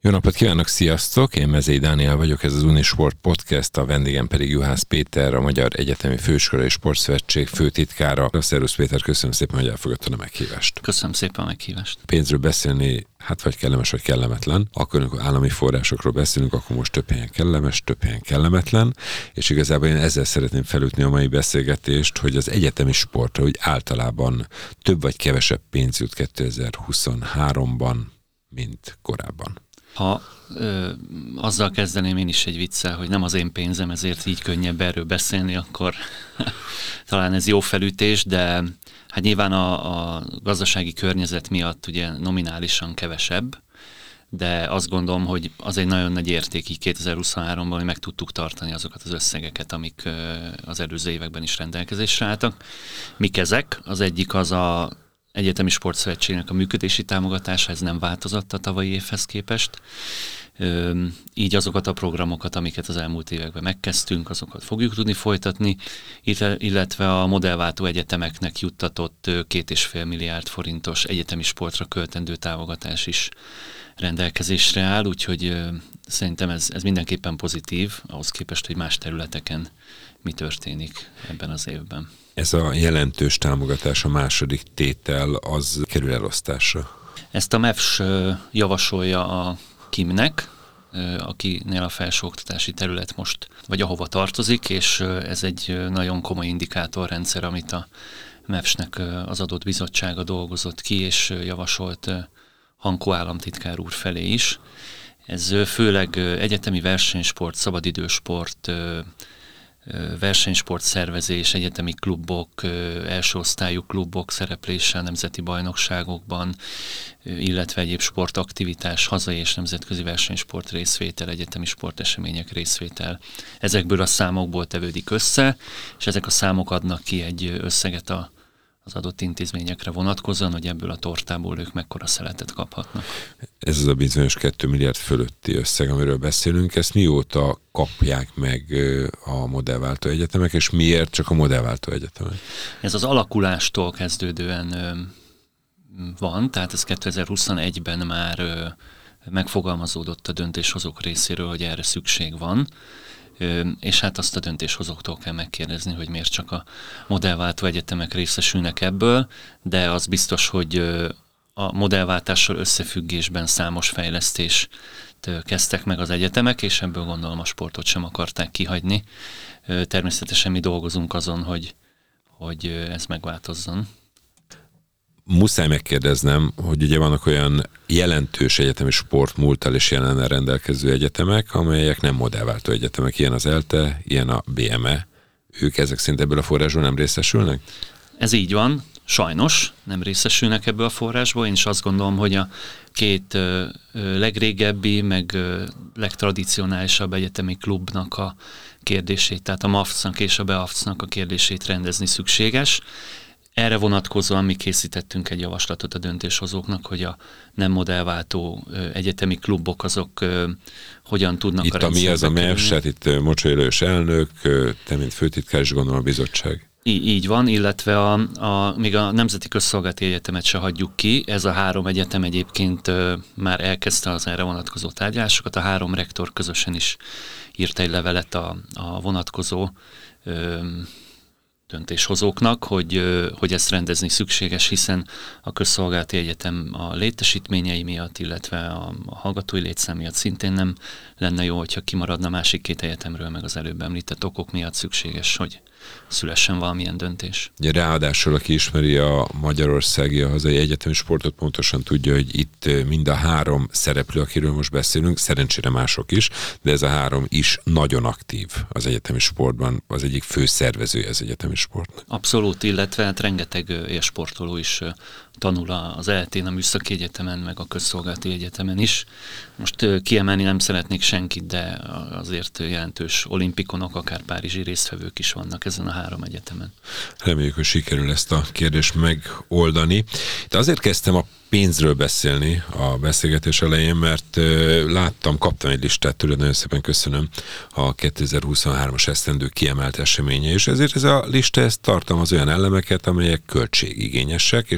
Jó napot kívánok, sziasztok! Én Mezei Dániel vagyok, ez az Unisport Podcast, a vendégem pedig Juhász Péter, a Magyar Egyetemi Főiskolai Sportszövetség főtitkára. Szervusz Péter, köszönöm szépen, hogy elfogadtad a meghívást. Köszönöm szépen a meghívást. Pénzről beszélni, vagy kellemes, vagy kellemetlen. Akkor, amikor állami forrásokról beszélünk, akkor most több helyen kellemes, több helyen kellemetlen, és igazából én ezzel szeretném felütni a mai beszélgetést, hogy az egyetemi sportra úgy általában több vagy kevesebb pénz jut 2023-ban, mint korábban. Ha azzal kezdeném én is egy viccel, hogy nem az én pénzem, ezért így könnyebb erről beszélni, akkor talán ez jó felütés, de hát nyilván a gazdasági környezet miatt ugye nominálisan kevesebb, de azt gondolom, hogy az egy nagyon nagy érték így 2023-ban, hogy meg tudtuk tartani azokat az összegeket, amik az előző években is rendelkezésre álltak. Mik ezek? Az egyik az a Egyetemi Sportszövetségnek a működési támogatása, ez nem változott a tavalyi évhez képest. Így azokat a programokat, amiket az elmúlt években megkezdtünk, azokat fogjuk tudni folytatni, illetve a modellváltó egyetemeknek juttatott 2,5 milliárd forintos egyetemi sportra költendő támogatás is rendelkezésre áll, úgyhogy szerintem ez mindenképpen pozitív, ahhoz képest, hogy más területeken mi történik ebben az évben. Ez a jelentős támogatás, a második tétel, az kerül elosztásra? Ezt a MEFS javasolja a KIM-nek, akinél a felsőoktatási terület most, vagy ahova tartozik, és ez egy nagyon komoly indikátorrendszer, amit a MEFS-nek az adott bizottsága dolgozott ki, és javasolt Hankó államtitkár úr felé is. Ez főleg egyetemi versenysport, szabadidősport, versenysport szervezés, egyetemi klubok, első osztályú klubok szereplése a nemzeti bajnokságokban, illetve egyéb sportaktivitás, hazai és nemzetközi versenysport részvétel, egyetemi sportesemények részvétel. Ezekből a számokból tevődik össze, és ezek a számok adnak ki egy összeget az adott intézményekre vonatkozóan, hogy ebből a tortából ők mekkora szeletet kaphatnak. Ez az a bizonyos 2 milliárd fölötti összeg, amiről beszélünk, ezt mióta kapják meg a modellváltó egyetemek, és miért csak a modellváltó egyetemek? Ez az alakulástól kezdődően van, tehát ez 2021-ben már megfogalmazódott a döntéshozók részéről, hogy erre szükség van, és hát azt a döntéshozóktól kell megkérdezni, hogy miért csak a modellváltó egyetemek részesülnek ebből, de az biztos, hogy a modellváltással összefüggésben számos fejlesztést kezdtek meg az egyetemek, és ebből gondolom a sportot sem akarták kihagyni. Természetesen mi dolgozunk azon, hogy ez megváltozzon. Muszáj megkérdeznem, hogy ugye vannak olyan jelentős egyetemi sportmúlttal és jelennel rendelkező egyetemek, amelyek nem modellváltó egyetemek, ilyen az ELTE, ilyen a BME. Ők ezek szerint ebből a forrásból nem részesülnek? Ez így van, sajnos nem részesülnek ebből a forrásból. Én is azt gondolom, hogy a két legrégebbi, meg legtradicionálisabb egyetemi klubnak a kérdését, tehát a MAFC-nak és a BEAFC-nak a kérdését rendezni szükséges. Erre vonatkozóan mi készítettünk egy javaslatot a döntéshozóknak, hogy a nem modellváltó egyetemi klubok azok hogyan tudnak itt a rendszerbe kerülni. Itt a mi az a MEFS, itt Mocsai Lajos elnök, te mint főtitkár, és gondolom a bizottság. Így van, illetve még a Nemzeti Közszolgálati Egyetemet se hagyjuk ki. Ez a 3 egyetem egyébként már elkezdte az erre vonatkozó tárgyalásokat. A 3 rektor közösen is írt egy levelet a vonatkozó döntéshozóknak, hogy ezt rendezni szükséges, hiszen a Közszolgálati Egyetem a létesítményei miatt, illetve a hallgatói létszám miatt szintén nem lenne jó, hogyha kimaradna másik 2 egyetemről, meg az előbb említett okok miatt szükséges, hogy szülessen valamilyen döntés. Ráadásul, aki ismeri a magyarországi, a hazai egyetemi sportot, pontosan tudja, hogy itt mind a 3 szereplő, akiről most beszélünk, szerencsére mások is, de ez a 3 is nagyon aktív az egyetemi sportban, az egyik fő szervezője az egyetemi sportnak. Abszolút, illetve hát rengeteg élsportoló is tanul az ELTE-n, a Műszaki Egyetemen, meg a Közszolgálati Egyetemen is. Most kiemelni nem szeretnék senkit, de azért jelentős olimpikonok, akár párizsi résztvevők is vannak ezen a 3 egyetemen. Reméljük, hogy sikerül ezt a kérdést megoldani. De azért kezdtem a pénzről beszélni a beszélgetés elején, mert kaptam egy listát tőled, nagyon szépen köszönöm, a 2023-as esztendő kiemelt eseménye, és ezért ez a lista tartalmaz olyan elemeket, amelyek költségigényesek, és a magyar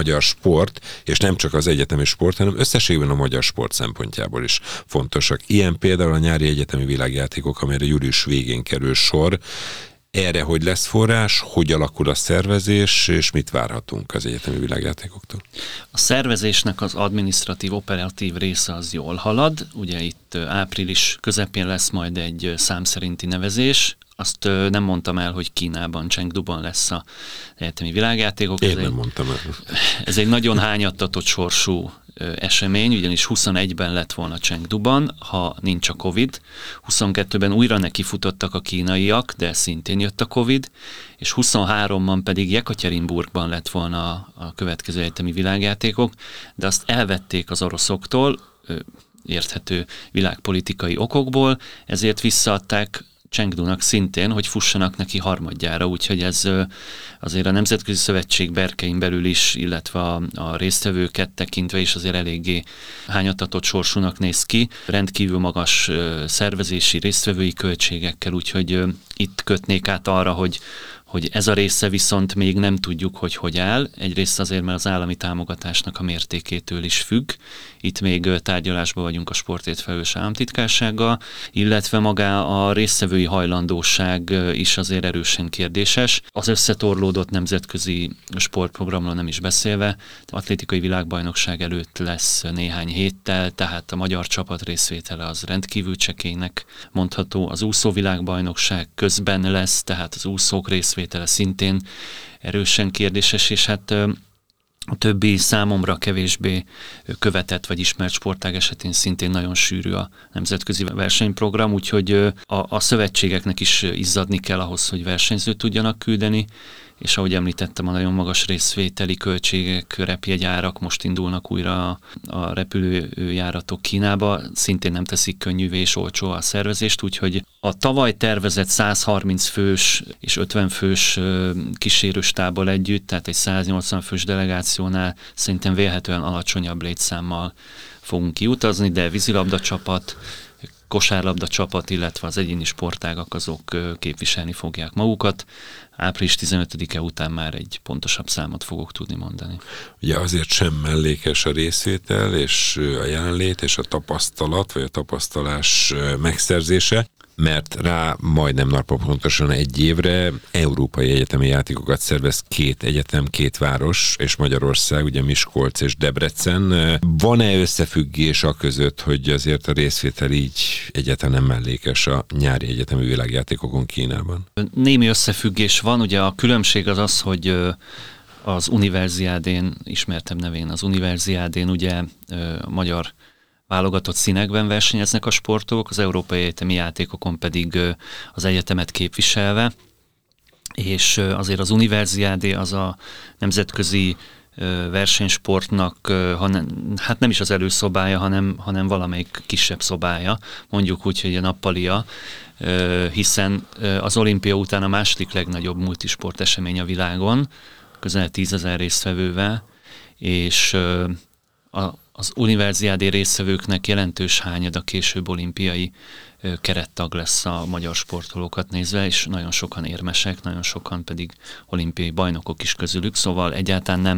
magyar sport, és nem csak az egyetemi sport, hanem összességében a magyar sport szempontjából is fontosak. Ilyen például a nyári egyetemi világjátékok, amelyre július végén kerül sor. Erre hogy lesz forrás, hogy alakul a szervezés, és mit várhatunk az egyetemi világjátékoktól? A szervezésnek az adminisztratív, operatív része az jól halad. Ugye itt április közepén lesz majd egy számszerinti nevezés. Azt nem mondtam el, hogy Kínában, Chengduban lesz az egyetemi világjátékok. Én nem mondtam el. Ez egy nagyon hányattatott sorsú esemény, ugyanis 21-ben lett volna Chengduban, ha nincs a Covid. 22-ben újra nekifutottak a kínaiak, de szintén jött a Covid, és 23-ban pedig Jekatyerinburgban lett volna a következő egyetemi világjátékok, de azt elvették az oroszoktól, érthető világpolitikai okokból, ezért visszaadták Chengdunak szintén, hogy fussanak neki harmadjára, úgyhogy ez azért a Nemzetközi Szövetség berkein belül is, illetve a résztvevőket tekintve is azért eléggé hányattatott sorsúnak néz ki. Rendkívül magas szervezési, résztvevői költségekkel, úgyhogy itt kötnék át arra, hogy ez a része viszont még nem tudjuk, hogy áll. Egyrészt azért, mert az állami támogatásnak a mértékétől is függ. Itt még tárgyalásban vagyunk a sportért felelős államtitkársággal, illetve maga a résztvevői hajlandóság is azért erősen kérdéses. Az összetorlódott nemzetközi sportprogramról nem is beszélve, az atlétikai világbajnokság előtt lesz néhány héttel, tehát a magyar csapat részvétele az rendkívül csekélynek mondható. Az úszó világbajnokság közben lesz, tehát az úszók részvétele szintén erősen kérdéses, és hát a többi számomra kevésbé követett vagy ismert sportág esetén szintén nagyon sűrű a nemzetközi versenyprogram, úgyhogy a szövetségeknek is izzadni kell ahhoz, hogy versenyzőt tudjanak küldeni, és ahogy említettem, a nagyon magas részvételi költségek, repjegyárak most indulnak újra a repülőjáratok Kínába, szintén nem teszik könnyűvé és olcsó a szervezést, úgyhogy a tavaly tervezett 130 fős és 50 fős kísérőstábbal együtt, tehát egy 180 fős delegációnál szerintem vélhetően alacsonyabb létszámmal fogunk kiutazni, de vízilabda csapat, kosárlabda csapat, illetve az egyéni sportágak azok képviselni fogják magukat. Április 15-e után már egy pontosabb számot fogok tudni mondani. Ugye azért sem mellékes a részvétel és a jelenlét és a tapasztalat, vagy a tapasztalás megszerzése, mert rá majdnem pontosan egy évre európai egyetemi játékokat szervez 2 egyetem, 2 város, és Magyarország, ugye Miskolc és Debrecen. Van-e összefüggés a között, hogy azért a részvétel így egyáltalán nem mellékes a nyári egyetemi világjátékokon Kínában? Némi összefüggés van, ugye a különbség az, hogy az Universiádén, ismertebb nevén az Universiádén ugye a magyar válogatott színekben versenyeznek a sportolók, az európai egyetemi játékokon pedig az egyetemet képviselve, és azért az Universiádé az a nemzetközi versenysportnak, hát nem is az előszobája, hanem valamelyik kisebb szobája, mondjuk úgy, hogy a nappalia, hiszen az olimpia után a második legnagyobb multisport esemény a világon, közel 10 000 résztvevővel, és az Universiádé résztvevőknek jelentős hányada később olimpiai kerettag lesz a magyar sportolókat nézve, és nagyon sokan érmesek, nagyon sokan pedig olimpiai bajnokok is közülük, szóval egyáltalán nem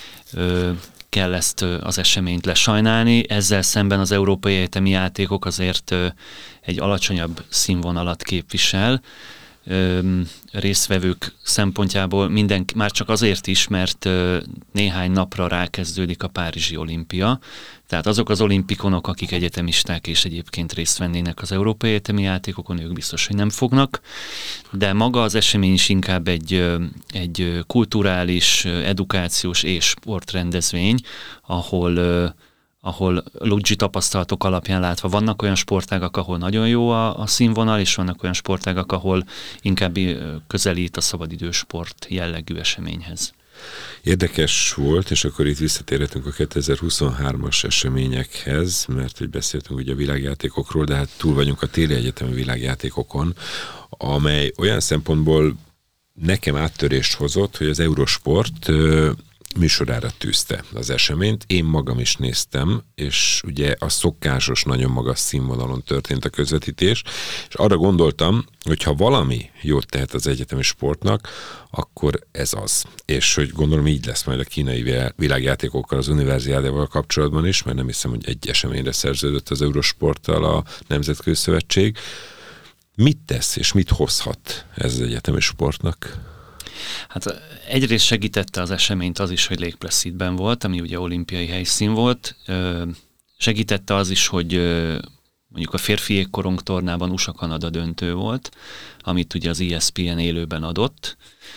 kell ezt az eseményt lesajnálni. Ezzel szemben az európai egyetemi játékok azért egy alacsonyabb színvonalat képvisel, résztvevők szempontjából már csak azért is, mert néhány napra rákezdődik a Párizsi olimpia. Tehát azok az olimpikonok, akik egyetemisták és egyébként részt vennének az európai egyetemi játékokon, ők biztos, hogy nem fognak. De maga az esemény is inkább egy kulturális, edukációs és sportrendezvény, ahol Ludzsi tapasztalatok alapján látva vannak olyan sportágak, ahol nagyon jó a színvonal, és vannak olyan sportágak, ahol inkább közelít a szabadidősport jellegű eseményhez. Érdekes volt, és akkor itt visszatérhetünk a 2023-as eseményekhez, mert hogy beszéltünk ugye a világjátékokról, de hát túl vagyunk a téli egyetemi világjátékokon, amely olyan szempontból nekem áttörést hozott, hogy az Eurosport műsorára tűzte az eseményt. Én magam is néztem, és ugye a szokásos, nagyon magas színvonalon történt a közvetítés, és arra gondoltam, hogy ha valami jót tehet az egyetemi sportnak, akkor ez az. És hogy gondolom így lesz majd a kínai világjátékokkal, az Universiádával kapcsolatban is, mert nem hiszem, hogy egy eseményre szerződött az Eurosporttal a Nemzetközi Szövetség. Mit tesz és mit hozhat ez az egyetemi sportnak? Hát egyrészt segítette az eseményt az is, hogy Lake Placidben volt, ami ugye olimpiai helyszín volt. Segítette az is, hogy mondjuk a férfi jégkorong tornában USA-Kanada döntő volt, amit ugye az ESPN élőben adott,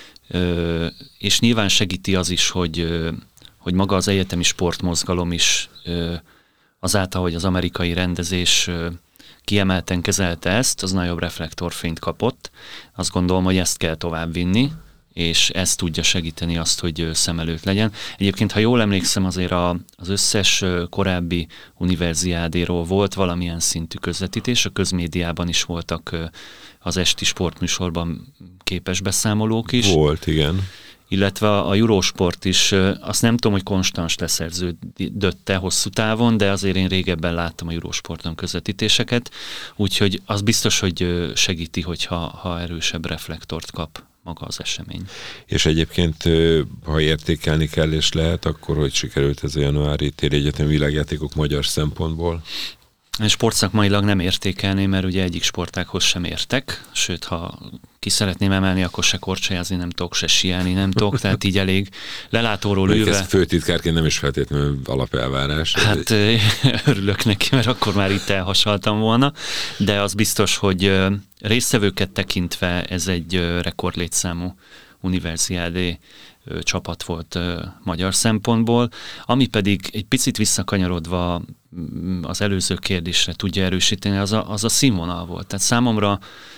és nyilván segíti az is, hogy maga az egyetemi sportmozgalom is azáltal, hogy az amerikai rendezés kiemelten kezelte ezt, az nagyobb reflektorfényt kapott. Azt gondolom, hogy ezt kell továbbvinni, és ez tudja segíteni azt, hogy szem előtt legyen. Egyébként, ha jól emlékszem, azért az összes korábbi Universiádéról volt valamilyen szintű közvetítés, a közmédiában is voltak az esti sportműsorban képes beszámolók is. Volt, igen. Illetve a Eurosport is, azt nem tudom, hogy konstans leszerződötte hosszú távon, de azért én régebben láttam a Eurosporton közvetítéseket, úgyhogy az biztos, hogy segíti, hogyha erősebb reflektort kap maga az esemény. És egyébként, ha értékelni kell és lehet, akkor hogy sikerült ez a januári téli egyetemi világjátékok magyar szempontból? Sportszakmailag nem értékelném, mert ugye egyik sportághoz sem értek, sőt, ha ki szeretném emelni, akkor se korcsolyázni nem tudok, se siálni nem tudok, tehát így elég lelátóról ülve. Ez főtitkárként nem is feltétlenül alapelvárás. Hát örülök neki, mert akkor már itt elhasaltam volna, de az biztos, hogy résztvevőket tekintve ez egy rekordlétszámú Universiádé csapat volt magyar szempontból, ami pedig egy picit visszakanyarodva az előző kérdésre tudja erősíteni, az a színvonal volt. Tehát számomra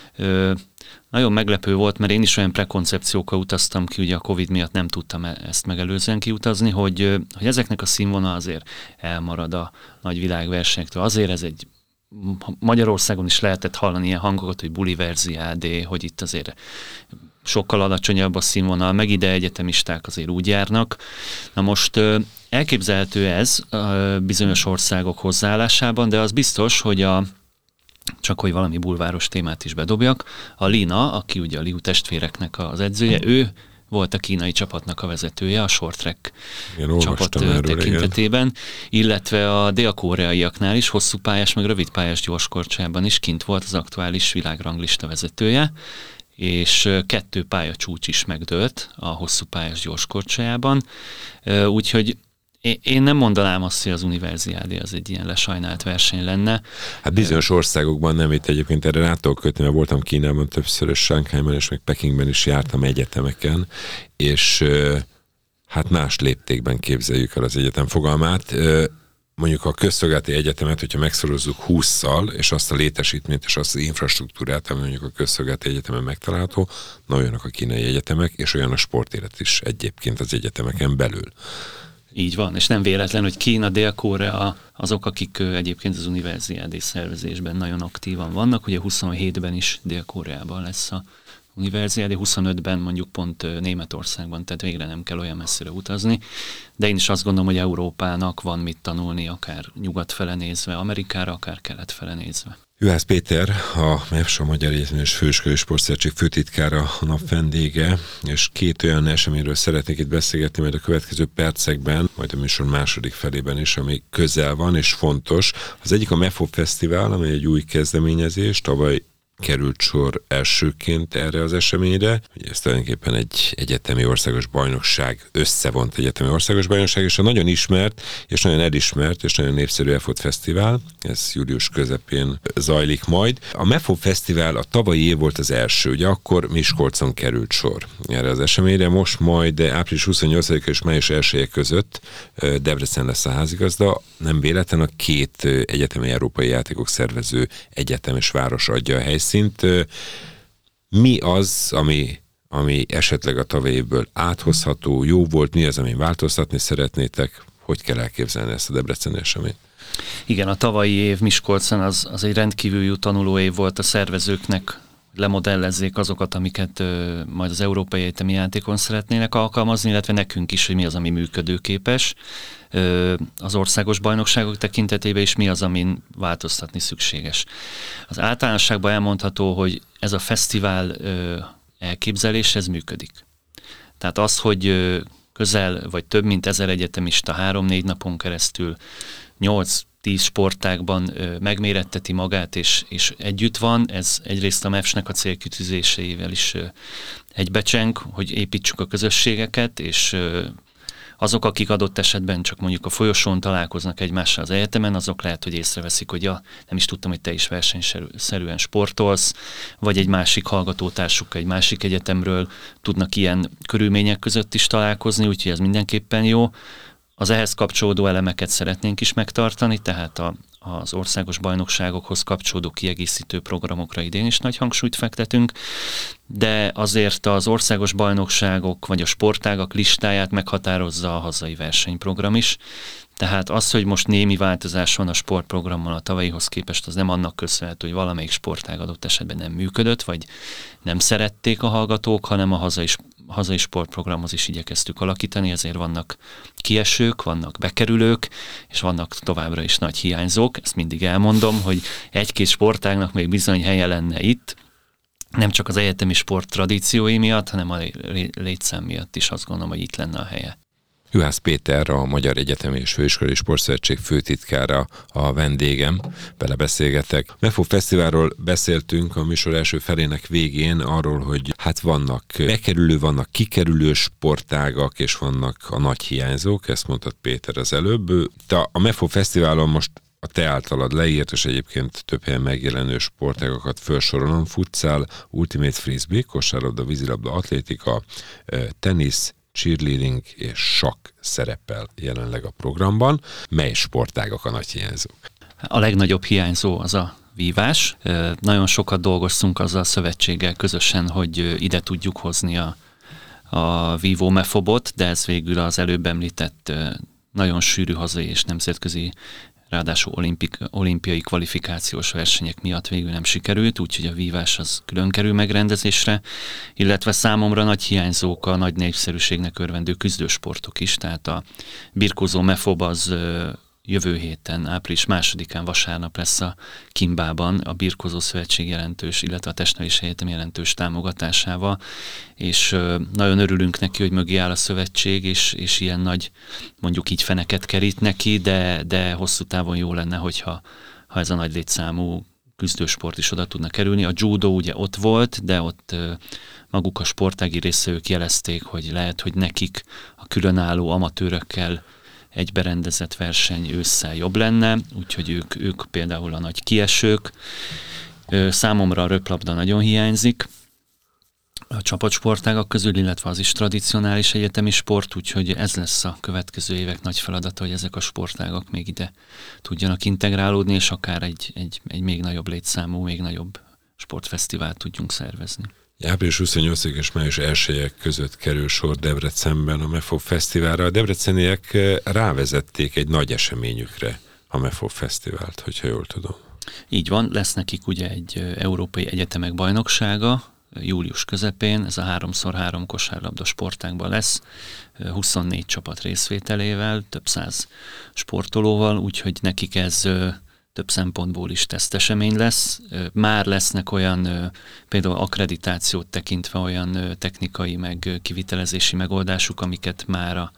nagyon meglepő volt, mert én is olyan prekoncepciókkal utaztam ki, ugye a Covid miatt nem tudtam ezt megelőzően kiutazni, hogy ezeknek a színvonal azért elmarad a nagy világversenyektől. Azért ez egy Magyarországon is lehetett hallani ilyen hangokat, hogy Buliverziádé, hogy itt azért sokkal alacsonyabb a színvonal, meg ide egyetemisták azért úgy járnak. Na most elképzelhető ez bizonyos országok hozzáállásában, de az biztos, hogy csak hogy valami bulváros témát is bedobjak, a Lina, aki ugye a Liu testvéreknek az edzője, ő volt a kínai csapatnak a vezetője, a short track csapat tekintetében, illetve a dél-koreaiaknál is hosszú pályás, meg rövid pályás gyorskorcsában is kint volt az aktuális világranglista vezetője, és 2 pályacsúcs is megdőlt a hosszú pályás gyorskorcsájában, úgyhogy én nem mondanám azt, hogy az Universiádé az egy ilyen lesajnált verseny lenne. Hát bizonyos országokban nem, itt egyébként erre rá tudok kötni, mert voltam Kínában többször, és Shanghaiban és meg Pekingben is jártam egyetemeken, és hát más léptékben képzeljük el az egyetem fogalmát. Mondjuk a közszolgálati egyetemet, hogyha megszorozzuk 20-szal, és azt a létesítményt, és azt az infrastruktúrát, ami mondjuk a közszolgálati egyetemen megtalálható, na olyanok a kínai egyetemek, és olyan a sportélet is egyébként az egyetemeken belül. Így van, és nem véletlen, hogy Kína, Dél-Korea azok, akik egyébként az Universiádé szervezésben nagyon aktívan vannak. Ugye 27-ben is Dél-Koreában lesz a Universiádé, 25-ben mondjuk pont Németországban, tehát végre nem kell olyan messzire utazni. De én is azt gondolom, hogy Európának van mit tanulni, akár nyugat fele nézve, Amerikára, akár kelet fele nézve. Juhász Péter, a MEFSA Magyar Egyetemi és Főiskolai Sportszövetség főtitkára a nap vendége, és 2 olyan eseményről szeretnék itt beszélgetni, majd a következő percekben, majd a műsor második felében is, ami közel van és fontos. Az egyik a MEFOB Fesztivál, amely egy új kezdeményezés, tavaly került sor elsőként erre az eseményre. Ugye ez tulajdonképpen egy egyetemi országos bajnokság, összevont egyetemi országos bajnokság, és a nagyon ismert, és nagyon elismert, és nagyon népszerű EFOT Fesztivál, ez július közepén zajlik majd. A MEFOB Fesztivál a tavalyi év volt az első, ugye akkor Miskolcon került sor erre az eseményre, most majd április 28-a és május 1 között Debrecen lesz a házigazda, nem véletlen a 2 egyetemi európai játékok szervező egyetem és város adja a helyszínt. Mi az, ami esetleg a tavalyi évből áthozható, jó volt, mi az, amin változtatni szeretnétek, hogy kell elképzelni ezt a debreceni eseményt? Igen, a tavalyi év Miskolcon az egy rendkívül jó tanuló év volt a szervezőknek, lemodellezzék azokat, amiket majd az Európai Egyetemi Játékon szeretnének alkalmazni, illetve nekünk is, hogy mi az, ami működőképes az országos bajnokságok tekintetében, és mi az, amin változtatni szükséges. Az általánosságban elmondható, hogy ez a fesztivál elképzelés, ez működik. Tehát az, hogy közel vagy több mint 1000 egyetemista 3-4 napon keresztül 8-10 sportágban megméretteti magát, és együtt van, ez egyrészt a MEFS-nek a célkitűzéseivel is egybecseng, hogy építsük a közösségeket, és azok, akik adott esetben csak mondjuk a folyosón találkoznak egymással az egyetemen, azok lehet, hogy észreveszik, hogy nem is tudtam, hogy te is versenyszerűen sportolsz, vagy egy másik hallgatótársuk egy másik egyetemről tudnak ilyen körülmények között is találkozni, úgyhogy ez mindenképpen jó. Az ehhez kapcsolódó elemeket szeretnénk is megtartani, tehát az országos bajnokságokhoz kapcsolódó kiegészítő programokra idén is nagy hangsúlyt fektetünk, de azért az országos bajnokságok vagy a sportágak listáját meghatározza a hazai versenyprogram is. Tehát az, hogy most némi változás van a sportprogramon a tavalyihoz képest, az nem annak köszönhető, hogy valamelyik sportág adott esetben nem működött, vagy nem szerették a hallgatók, hanem a hazai sportprogramhoz is igyekeztük alakítani, ezért vannak kiesők, vannak bekerülők, és vannak továbbra is nagy hiányzók. Ezt mindig elmondom, hogy egy-két sportágnak még bizony helye lenne itt, nem csak az egyetemi sport tradíciói miatt, hanem a létszám miatt is azt gondolom, hogy itt lenne a helye. Juhász Péter, a Magyar Egyetemi és Főiskolai Sportszövetség főtitkára a vendégem, vele beszélgetek. MEFO Fesztiválról beszéltünk a műsor első felének végén arról, hogy hát vannak bekerülő, vannak kikerülő sportágak, és vannak a nagy hiányzók, ezt mondtad Péter az előbb. De a MEFO Fesztiválon most a te általad leírt, és egyébként több helyen megjelenő sportágakat felsorolom: futsal, ultimate frisbee, kosárlabda, vízilabda, atlétika, tenisz, cheerleading és sakk szerepel jelenleg a programban. Mely sportágak a nagy hiányzók? A legnagyobb hiányzó az a vívás. Nagyon sokat dolgoztunk azzal a szövetséggel közösen, hogy ide tudjuk hozni a vívó mefobot, de ez végül az előbb említett nagyon sűrű hazai és nemzetközi, ráadásul olimpiai kvalifikációs versenyek miatt végül nem sikerült, úgyhogy a vívás az külön kerül megrendezésre, illetve számomra nagy hiányzók a nagy népszerűségnek örvendő küzdősportok is, tehát a birkózó mefob az jövő héten, április 2-án vasárnap lesz a Kimbában a Birkózó Szövetség jelentős, illetve a Testnevelési Egyetem jelentős támogatásával, és nagyon örülünk neki, hogy mögé áll a szövetség, és ilyen nagy, mondjuk így feneket kerít neki, de hosszú távon jó lenne, hogyha ez a nagy létszámú küzdősport is oda tudna kerülni. A judo ugye ott volt, de ott maguk a sportági résztvevők jelezték, hogy lehet, hogy nekik a különálló amatőrökkel egyberendezett verseny ősszel jobb lenne, úgyhogy ők például a nagy kiesők. Számomra a röplabda nagyon hiányzik a csapatsportágak közül, illetve az is tradicionális egyetemi sport, úgyhogy ez lesz a következő évek nagy feladata, hogy ezek a sportágak még ide tudjanak integrálódni, és akár egy még nagyobb létszámú, még nagyobb sportfesztivált tudjunk szervezni. Április 28 és május 1 között kerül sor Debrecenben a MEFO Fesztiválra. A debreceniek rávezették egy nagy eseményükre a MEFO Fesztivált, hogyha jól tudom. Így van, lesz nekik ugye egy Európai Egyetemek bajnoksága július közepén, ez a 3x3 kosárlabda sportágban lesz, 24 csapat részvételével, több száz sportolóval, úgyhogy nekik ez több szempontból is tesztesemény lesz. Már lesznek olyan, például akkreditációt tekintve olyan technikai meg kivitelezési megoldásuk, amiket már a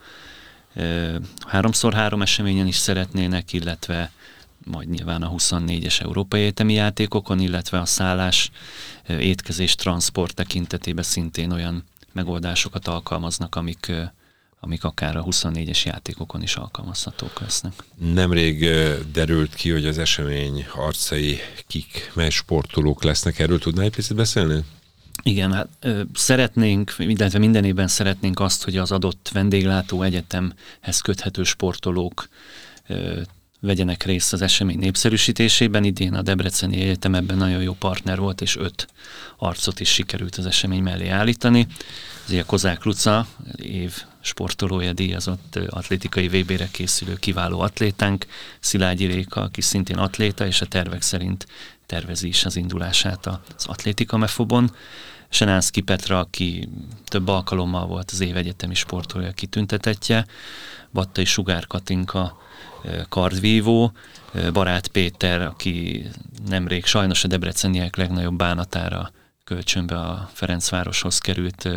3x3 eseményen is szeretnének, illetve majd nyilván a 24-es Európai Egyetemi Játékokon, illetve a szállás, étkezés, transport tekintetében szintén olyan megoldásokat alkalmaznak, amik akár a 24-es játékokon is alkalmazhatók lesznek. Nemrég derült ki, hogy az esemény arcai kik, mely sportolók lesznek. Erről tudnál egy picit beszélni? Igen, hát szeretnénk, illetve minden évben szeretnénk azt, hogy az adott vendéglátó egyetemhez köthető sportolók vegyenek részt az esemény népszerűsítésében. Idén a Debreceni Egyetem ebben nagyon jó partner volt, és 5 arcot is sikerült az esemény mellé állítani. Azért a Kozák Luca, év sportolója, díjazott atlétikai VB-re készülő kiváló atlétánk, Szilágyi Réka, aki szintén atléta, és a tervek szerint tervezi is az indulását az Atlétika Mefobon. Senánszky Petra, aki több alkalommal volt az év egyetemi sportolója kitüntetettje, Battai Sugár Katinka kardvívó, Barát Péter, aki nemrég sajnos a debreceniek legnagyobb bánatára kölcsönbe a Ferencvároshoz került,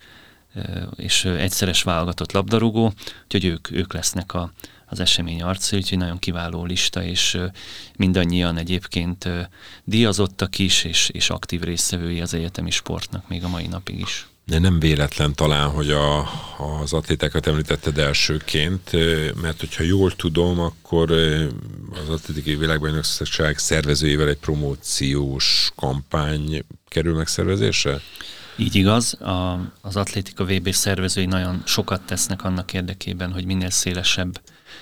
és egyszeres válogatott labdarúgó, úgyhogy ők lesznek az esemény arcai, úgyhogy nagyon kiváló lista, és mindannyian egyébként díjazottak is, és aktív résztvevői az egyetemi sportnak még a mai napig is. De nem véletlen talán, hogy az atlétákat említetted elsőként, mert hogyha jól tudom, akkor az atlétikai világbajnokság szervezőjével egy promóciós kampány kerül megszervezésre? Így igaz, az Atlétika VB szervezői nagyon sokat tesznek annak érdekében, hogy minél szélesebb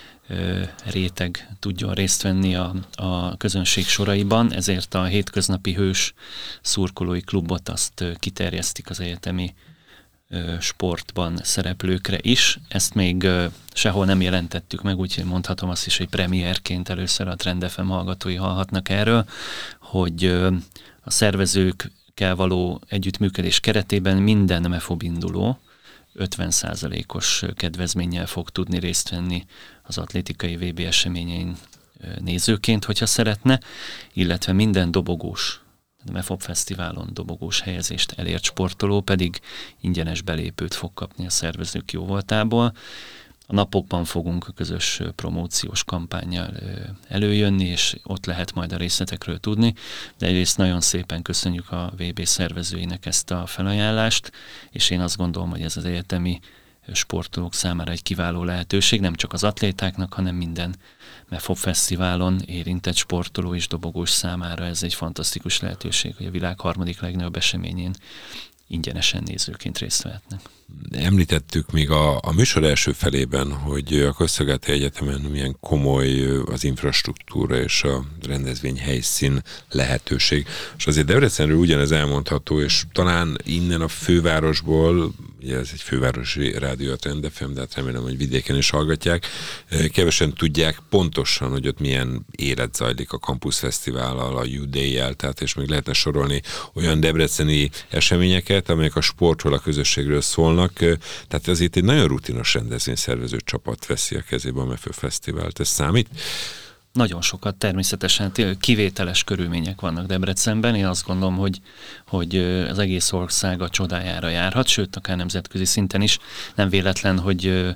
réteg tudjon részt venni a közönség soraiban, ezért a hétköznapi hős szurkolói klubot azt kiterjesztik az egyetemi sportban szereplőkre is. Ezt még sehol nem jelentettük meg, úgyhogy mondhatom azt is, hogy premierként először a Trend FM hallgatói hallhatnak erről, hogy a szervezőkkel való együttműködés keretében minden MEFOB induló 50%-os kedvezménnyel fog tudni részt venni az atlétikai VB eseményein nézőként, hogyha szeretne, illetve minden dobogós, a MEFOB Fesztiválon dobogós helyezést elért sportoló pedig ingyenes belépőt fog kapni a szervezők jóvoltából. A napokban fogunk a közös promóciós kampánnyal előjönni, és ott lehet majd a részletekről tudni, de egyrészt nagyon szépen köszönjük a VB szervezőinek ezt a felajánlást, és én azt gondolom, hogy ez az egyetemi sportolók számára egy kiváló lehetőség, nem csak az atlétáknak, hanem minden MEFOB Fesztiválon érintett sportoló és dobogós számára ez egy fantasztikus lehetőség, hogy a világ harmadik legnagyobb eseményén ingyenesen nézőként részt vehetnek. Említettük még a műsor első felében, hogy a Közszolgálati Egyetemen milyen komoly az infrastruktúra és a rendezvény helyszín lehetőség. És azért Debrecenről ugyanez elmondható, és talán innen a fővárosból, ugye ez egy fővárosi rádió a Trend FM, de hát remélem, hogy vidéken is hallgatják, kevesen tudják pontosan, hogy ott milyen élet zajlik a Campus Fesztivállal, a U-Day-jel, tehát és még lehetne sorolni olyan debreceni eseményeket, amelyek a sportról, a közösségről szólnak. Tehát azért egy nagyon rutinos rendezvényszervező csapat veszi a kezébe a MEFÖ Fesztivált. Ez számít? Nagyon sokat, természetesen kivételes körülmények vannak Debrecenben. Én azt gondolom, hogy az egész ország a csodájára járhat, sőt, akár nemzetközi szinten is. Nem véletlen, hogy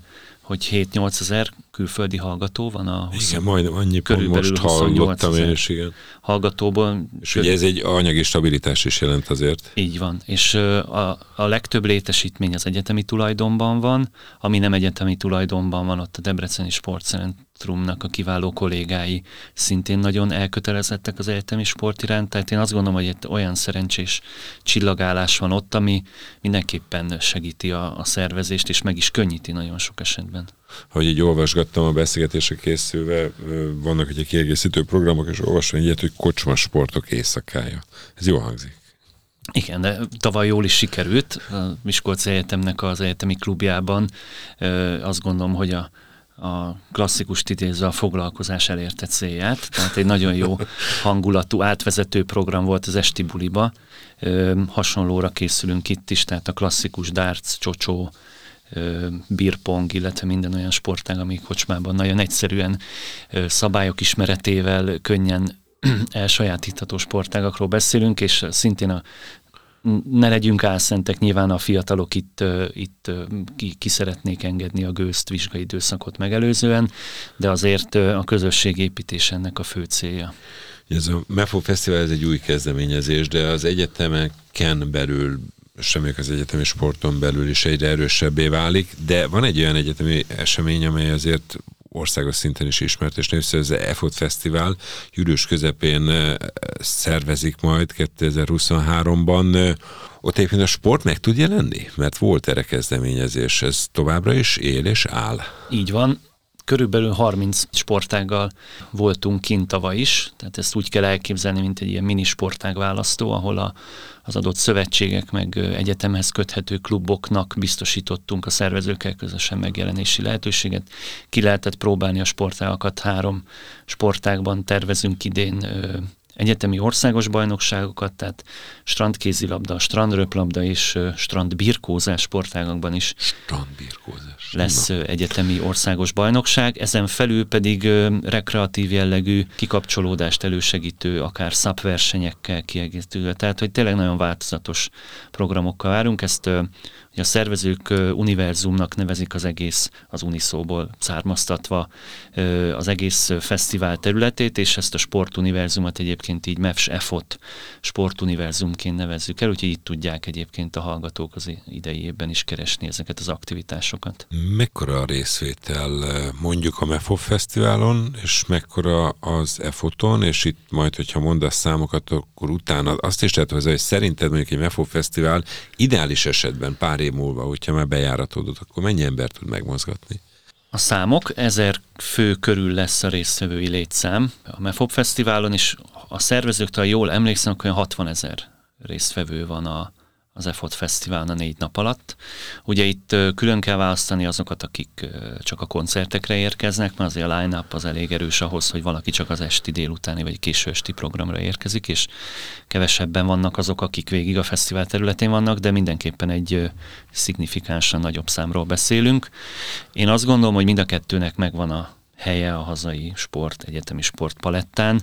7-8 ezer külföldi hallgató van a 20, igen, majdnem annyi pont most hallottam én is, igen. Hallgatóból. És ugye ez egy anyagi stabilitás is jelent azért. Így van, és a legtöbb létesítmény az egyetemi tulajdonban van, ami nem egyetemi tulajdonban van, ott a Debreceni Sportcentrumnak a kiváló kollégái szintén nagyon elkötelezettek az egyetemi sport iránt, tehát én azt gondolom, hogy egy olyan szerencsés csillagállás van ott, ami mindenképpen segíti a szervezést, és meg is könnyíti nagyon sok esetben. Ahogy így olvasgattam a beszélgetésre készülve, vannak egy kiegészítő programok, és olvasom egyet, hogy kocsmasportok éjszakája. Ez jól hangzik. Igen, de tavaly jól is sikerült. A Miskolci Egyetemnek az egyetemi klubjában azt gondolom, hogy a klasszikust idézve a foglalkozás elérte célját. Tehát egy nagyon jó hangulatú átvezető program volt az esti buliba. Hasonlóra készülünk itt is, tehát a klasszikus darts, csocsó, beerpong, illetve minden olyan sportág, amik kocsmában nagyon egyszerűen szabályok ismeretével könnyen elsajátítható sportágakról beszélünk, és szintén ne legyünk álszentek, nyilván a fiatalok itt ki szeretnék engedni a gőzt vizsgai időszakot megelőzően, de azért a közösségépítés ennek a fő célja. Ez a MEFOB Fesztivál, ez egy új kezdeményezés, de az egyetemeken belül, semmiek az egyetemi sporton belül is egyre erősebbé válik, de van egy olyan egyetemi esemény, amely azért országos szinten is ismert, és népszerű, az EFOT Fesztivál július közepén szervezik majd 2023-ban. Ott egyébként a sport meg tud jelenni? Mert volt erre kezdeményezés, ez továbbra is él és áll. Így van. Körülbelül 30 sportággal voltunk kint tavaly is, tehát ezt úgy kell elképzelni, mint egy ilyen mini sportág választó, ahol az adott szövetségek meg egyetemhez köthető kluboknak biztosítottunk a szervezőkkel közösen megjelenési lehetőséget. Ki lehetett próbálni a sportágakat, 3 sportágban tervezünk idén egyetemi országos bajnokságokat, tehát strandkézilabda, strandröplabda és strandbirkózás sportágakban is lesz egyetemi országos bajnokság. Ezen felül pedig rekreatív jellegű kikapcsolódást elősegítő, akár szapversenyekkel kiegészítő. Tehát, hogy tényleg nagyon változatos programokkal várunk. Ezt a szervezők univerzumnak nevezik az egész, az uniszóból származtatva az egész fesztivál területét, és ezt a sportuniverzumot egyébként így MEFS EFOT sportuniverzumként nevezzük el, úgyhogy itt tudják egyébként a hallgatók az idei évben is keresni ezeket az aktivitásokat. Mekkora a részvétel mondjuk a MEFOF Fesztiválon, és mekkora az EFOT-on, és itt majd, hogyha mondasz számokat, akkor utána azt is lehet hozzá, hogy szerinted mondjuk egy MEFOF Fesztivál ideális esetben pár év múlva, hogyha már bejáratodott, akkor mennyi ember tud megmozgatni? A számok 1000 fő körül lesz a résztvevői létszám a MEFOP Fesztiválon, és a szervezőktől, jól emlékszem, olyan 60 000 résztvevő van az EFOT Fesztiválon a 4 nap alatt. Ugye itt külön kell választani azokat, akik csak a koncertekre érkeznek, mert azért a line-up az elég erős ahhoz, hogy valaki csak az esti, délutáni vagy késő esti programra érkezik, és kevesebben vannak azok, akik végig a fesztivál területén vannak, de mindenképpen egy szignifikánsan nagyobb számról beszélünk. Én azt gondolom, hogy mind a kettőnek megvan a helye a hazai egyetemi sportpalettán.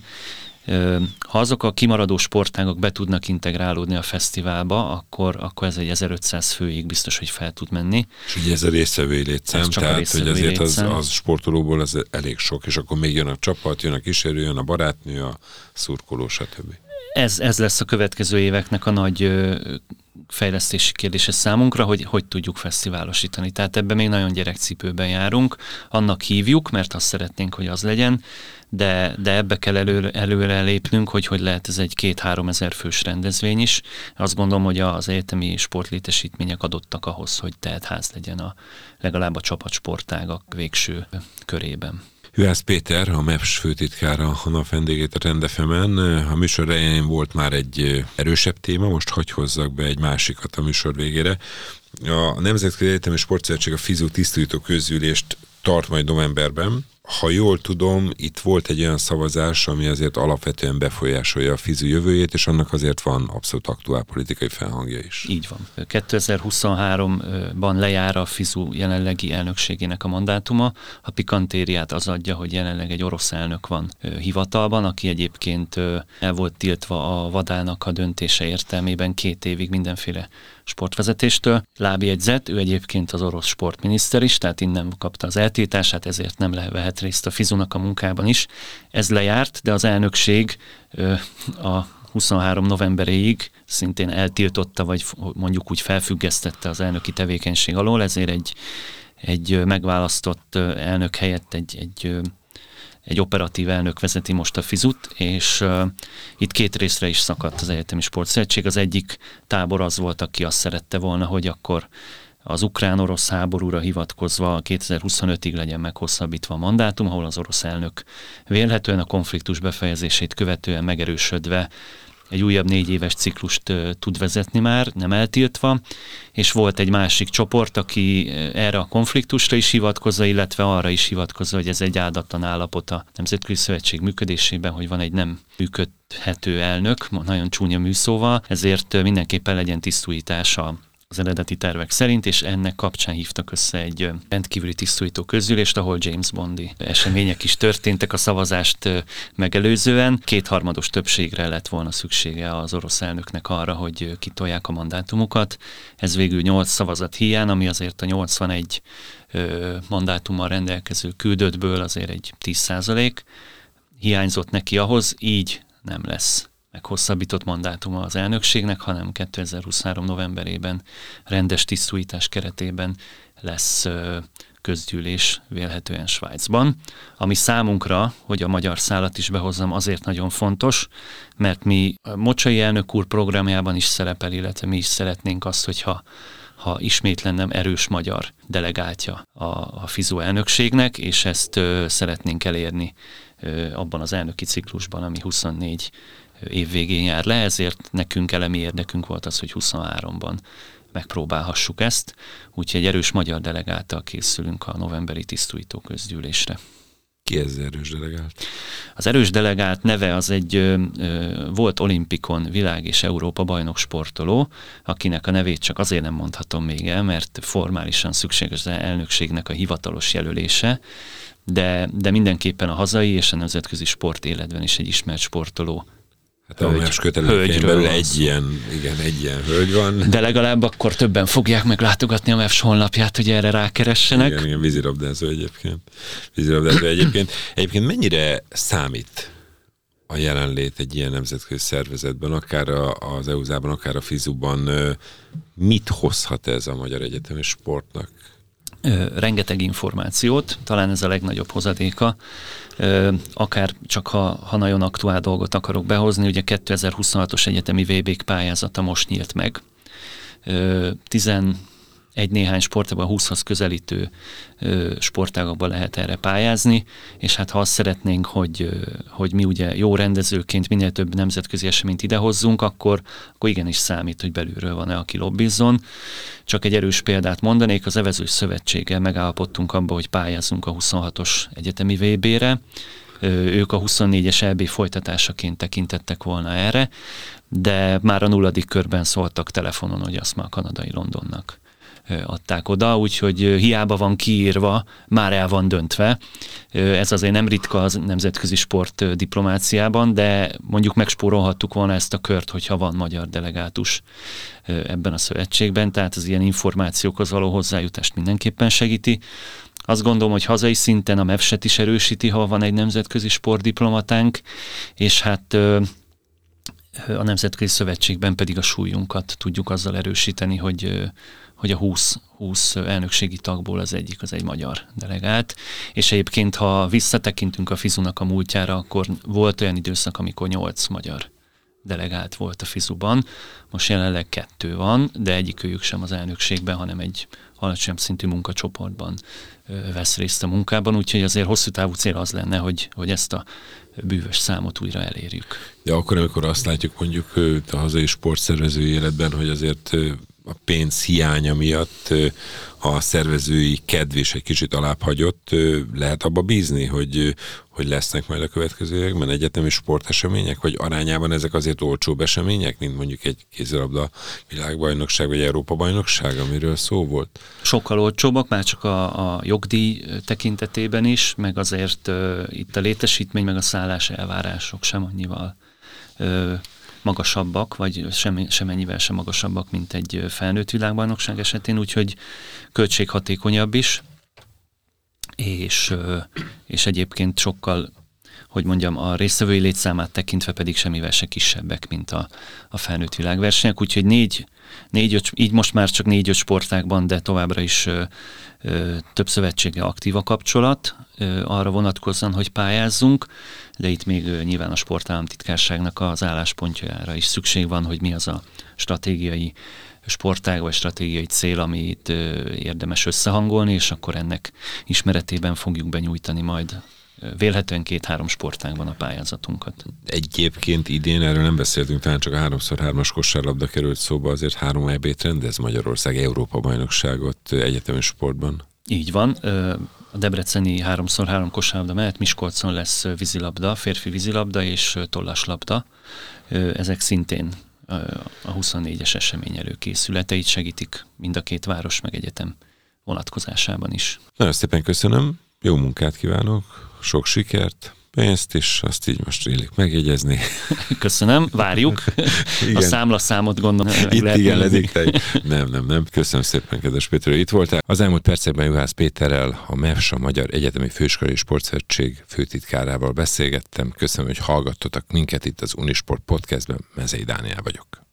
Ha azok a kimaradó sportágok be tudnak integrálódni a fesztiválba, akkor ez egy 1500 főig biztos, hogy fel tud menni. És ugye ez a résztvevői létszám, tehát hogy azért az sportolóból az elég sok, és akkor még jön a csapat, jön a kísérő, jön a barátnő, a szurkoló, stb. Ez lesz a következő éveknek a nagy fejlesztési kérdése számunkra, hogy tudjuk fesztiválosítani. Tehát ebben még nagyon gyerekcipőben járunk, annak hívjuk, mert azt szeretnénk, hogy az legyen, de ebbe kell előre lépnünk, hogy lehet ez egy 2-3 ezer fős rendezvény is. Azt gondolom, hogy az egyetemi sportlétesítmények adottak ahhoz, hogy teltház legyen legalább a csapatsportágak végső körében. Juhász Péter, a MEFS főtitkára, a nap vendégét a Rend FM-en. A műsor elején volt már egy erősebb téma, most hagy hozzak be egy másikat a műsor végére. A Nemzetközi Egyetemi Sportszövetség a FISU tisztújító közgyűlést tart majd novemberben. Ha jól tudom, itt volt egy olyan szavazás, ami azért alapvetően befolyásolja a FISU jövőjét, és annak azért van abszolút aktuál politikai felhangja is. Így van. 2023-ban lejár a FISU jelenlegi elnökségének a mandátuma. A pikantériát az adja, hogy jelenleg egy orosz elnök van hivatalban, aki egyébként el volt tiltva a vadának a döntése értelmében 2 évig mindenféle sportvezetéstől. Lábjegyzet, ő egyébként az orosz sportminiszter is, tehát innen kapta az eltiltását, ezért nem vehet részt a FISU-nak a munkában is. Ez lejárt, de az elnökség a 23 novemberéig szintén eltiltotta, vagy mondjuk úgy felfüggesztette az elnöki tevékenység alól, ezért egy megválasztott elnök helyett egy operatív elnök vezeti most a FISU-t, és itt 2 részre is szakadt az Egyetemi Sportszövetség. Az egyik tábor az volt, aki azt szerette volna, hogy akkor az ukrán-orosz háborúra hivatkozva 2025-ig legyen meghosszabbítva a mandátum, ahol az orosz elnök vélhetően a konfliktus befejezését követően megerősödve egy újabb 4 éves ciklust tud vezetni már, nem eltiltva, és volt egy másik csoport, aki erre a konfliktusra is hivatkozza, illetve arra is hivatkozza, hogy ez egy áldatlan állapot a Nemzetközi Szövetség működésében, hogy van egy nem működhető elnök, nagyon csúnya műszóval, ezért mindenképpen legyen tisztújítása az eredeti tervek szerint, és ennek kapcsán hívtak össze egy rendkívüli tisztújító közgyűlést, ahol James Bondi események is történtek a szavazást megelőzően. 2/3 többségre lett volna szüksége az orosz elnöknek arra, hogy kitolják a mandátumukat. Ez végül 8 szavazat hiány, ami azért a 81 mandátummal rendelkező küldöttből azért egy 10% hiányzott neki ahhoz, így nem lesz meghosszabbított mandátuma az elnökségnek, hanem 2023 novemberében rendes tisztújítás keretében lesz közgyűlés vélhetően Svájcban, ami számunkra, hogy a magyar szálat is behozzam, azért nagyon fontos, mert mi a Mocsai elnök úr programjában is szerepel, illetve mi is szeretnénk azt, hogyha ismét lenne erős magyar delegáltja a FISU elnökségnek, és ezt szeretnénk elérni abban az elnöki ciklusban, ami 24 év végén jár le, ezért nekünk elemi érdekünk volt az, hogy 23-ban megpróbálhassuk ezt, úgyhogy egy erős magyar delegáltal készülünk a novemberi tisztújító közgyűlésre. Ki ez az erős delegált? Az erős delegált neve az egy volt olimpikon világ és Európa bajnok sportoló, akinek a nevét csak azért nem mondhatom még el, mert formálisan szükséges az elnökségnek a hivatalos jelölése, de mindenképpen a hazai és a nemzetközi sportéletben is egy ismert sportoló. Hát a MEFS kötelékein belül egy ilyen hölgy van. De legalább akkor többen fogják meglátogatni a MEFS honlapját, hogy erre rákeressenek. Igen, vízilabdázó egyébként. Egyébként mennyire számít a jelenlét egy ilyen nemzetközi szervezetben, akár az EUSA-ban, akár a FISU-ban? Mit hozhat ez a magyar egyetemi sportnak? Rengeteg információt, talán ez a legnagyobb hozadéka, akár csak ha nagyon aktuál dolgot akarok behozni, ugye 2026-os egyetemi VB-k pályázata most nyílt meg. 11 néhány sportágban, 20-hoz közelítő sportágakban lehet erre pályázni, és hát ha azt szeretnénk, hogy mi ugye jó rendezőként minél több nemzetközi eseményt idehozzunk, akkor igenis számít, hogy belülről van-e, aki lobbizzon. Csak egy erős példát mondanék, az Evezős Szövetséggel megállapodtunk abba, hogy pályázunk a 26-os egyetemi VB-re. Ők a 24-es EB folytatásaként tekintettek volna erre, de már a 0. körben szóltak telefonon, hogy azt már a kanadai Londonnak adták oda, úgyhogy hiába van kiírva, már el van döntve. Ez azért nem ritka az nemzetközi sport diplomáciában, de mondjuk megspórolhattuk volna ezt a kört, hogyha van magyar delegátus ebben a szövetségben, tehát az ilyen információkhoz való hozzájutást mindenképpen segíti. Azt gondolom, hogy hazai szinten a MEFS-et is erősíti, ha van egy nemzetközi sportdiplomatánk, és hát a Nemzetközi Szövetségben pedig a súlyunkat tudjuk azzal erősíteni, hogy a 20 elnökségi tagból az egy magyar delegált, és egyébként, ha visszatekintünk a FISU-nak a múltjára, akkor volt olyan időszak, amikor 8 magyar delegált volt a FISU-ban, most jelenleg 2 van, de egyikőjük sem az elnökségben, hanem egy alacsonyabb szintű munkacsoportban vesz részt a munkában, úgyhogy azért hosszú távú cél az lenne, hogy ezt a bűvös számot újra elérjük. De akkor, amikor azt látjuk mondjuk a hazai sportszervezői életben, hogy azért a pénz hiánya miatt a szervezői kedv is egy kicsit alább hagyott, lehet abba bízni, hogy lesznek majd a következő években egyetemi sportesemények, vagy arányában ezek azért olcsóbb események, mint mondjuk egy kézilabda világbajnokság, vagy Európa-bajnokság, amiről szó volt? Sokkal olcsóbbak, már csak a jogdíj tekintetében is, meg azért itt a létesítmény, meg a szállás elvárások sem annyival magasabbak, vagy semennyivel sem magasabbak, mint egy felnőtt világbajnokság esetén, úgyhogy költséghatékonyabb is, és egyébként sokkal, hogy mondjam, a résztvevői létszámát tekintve pedig semmivel se kisebbek, mint a felnőtt világversenyek, úgyhogy így most már csak 4-5 sportágban, de továbbra is több szövetséggel aktív a kapcsolat, arra vonatkozóan, hogy pályázzunk, de itt még nyilván a sportállamtitkárságnak az álláspontjára is szükség van, hogy mi az a stratégiai sportág vagy stratégiai cél, amit érdemes összehangolni, és akkor ennek ismeretében fogjuk benyújtani majd vélhetően 2-3 sportágban a pályázatunkat. Egyébként idén, erről nem beszéltünk, talán csak a 3x3-as kosárlabda került szóba, azért 3 EB-t rendez Magyarország, Európa-bajnokságot egyetemi sportban. Így van. A debreceni 3x3 kosárlabda mellett Miskolcon lesz vízilabda, férfi vízilabda és tollaslabda. Ezek szintén a 24-es esemény előkészületeit segítik mind a 2 város meg egyetem vonatkozásában is. Nagyon szépen köszönöm, jó munkát kívánok, sok sikert, pénzt is, azt így most illik megjegyezni. Köszönöm, várjuk. A számlaszámot gondolom. Itt igen, lediktálj. Nem. Köszönöm szépen, kedves Péter, hogy itt voltál. Az elmúlt percekben Juhász Péterrel, a MEFS, a Magyar Egyetemi Főiskolai Sportszövetség főtitkárával beszélgettem. Köszönöm, hogy hallgattatok minket itt az Unisport Podcastben. Mezei Dániel vagyok.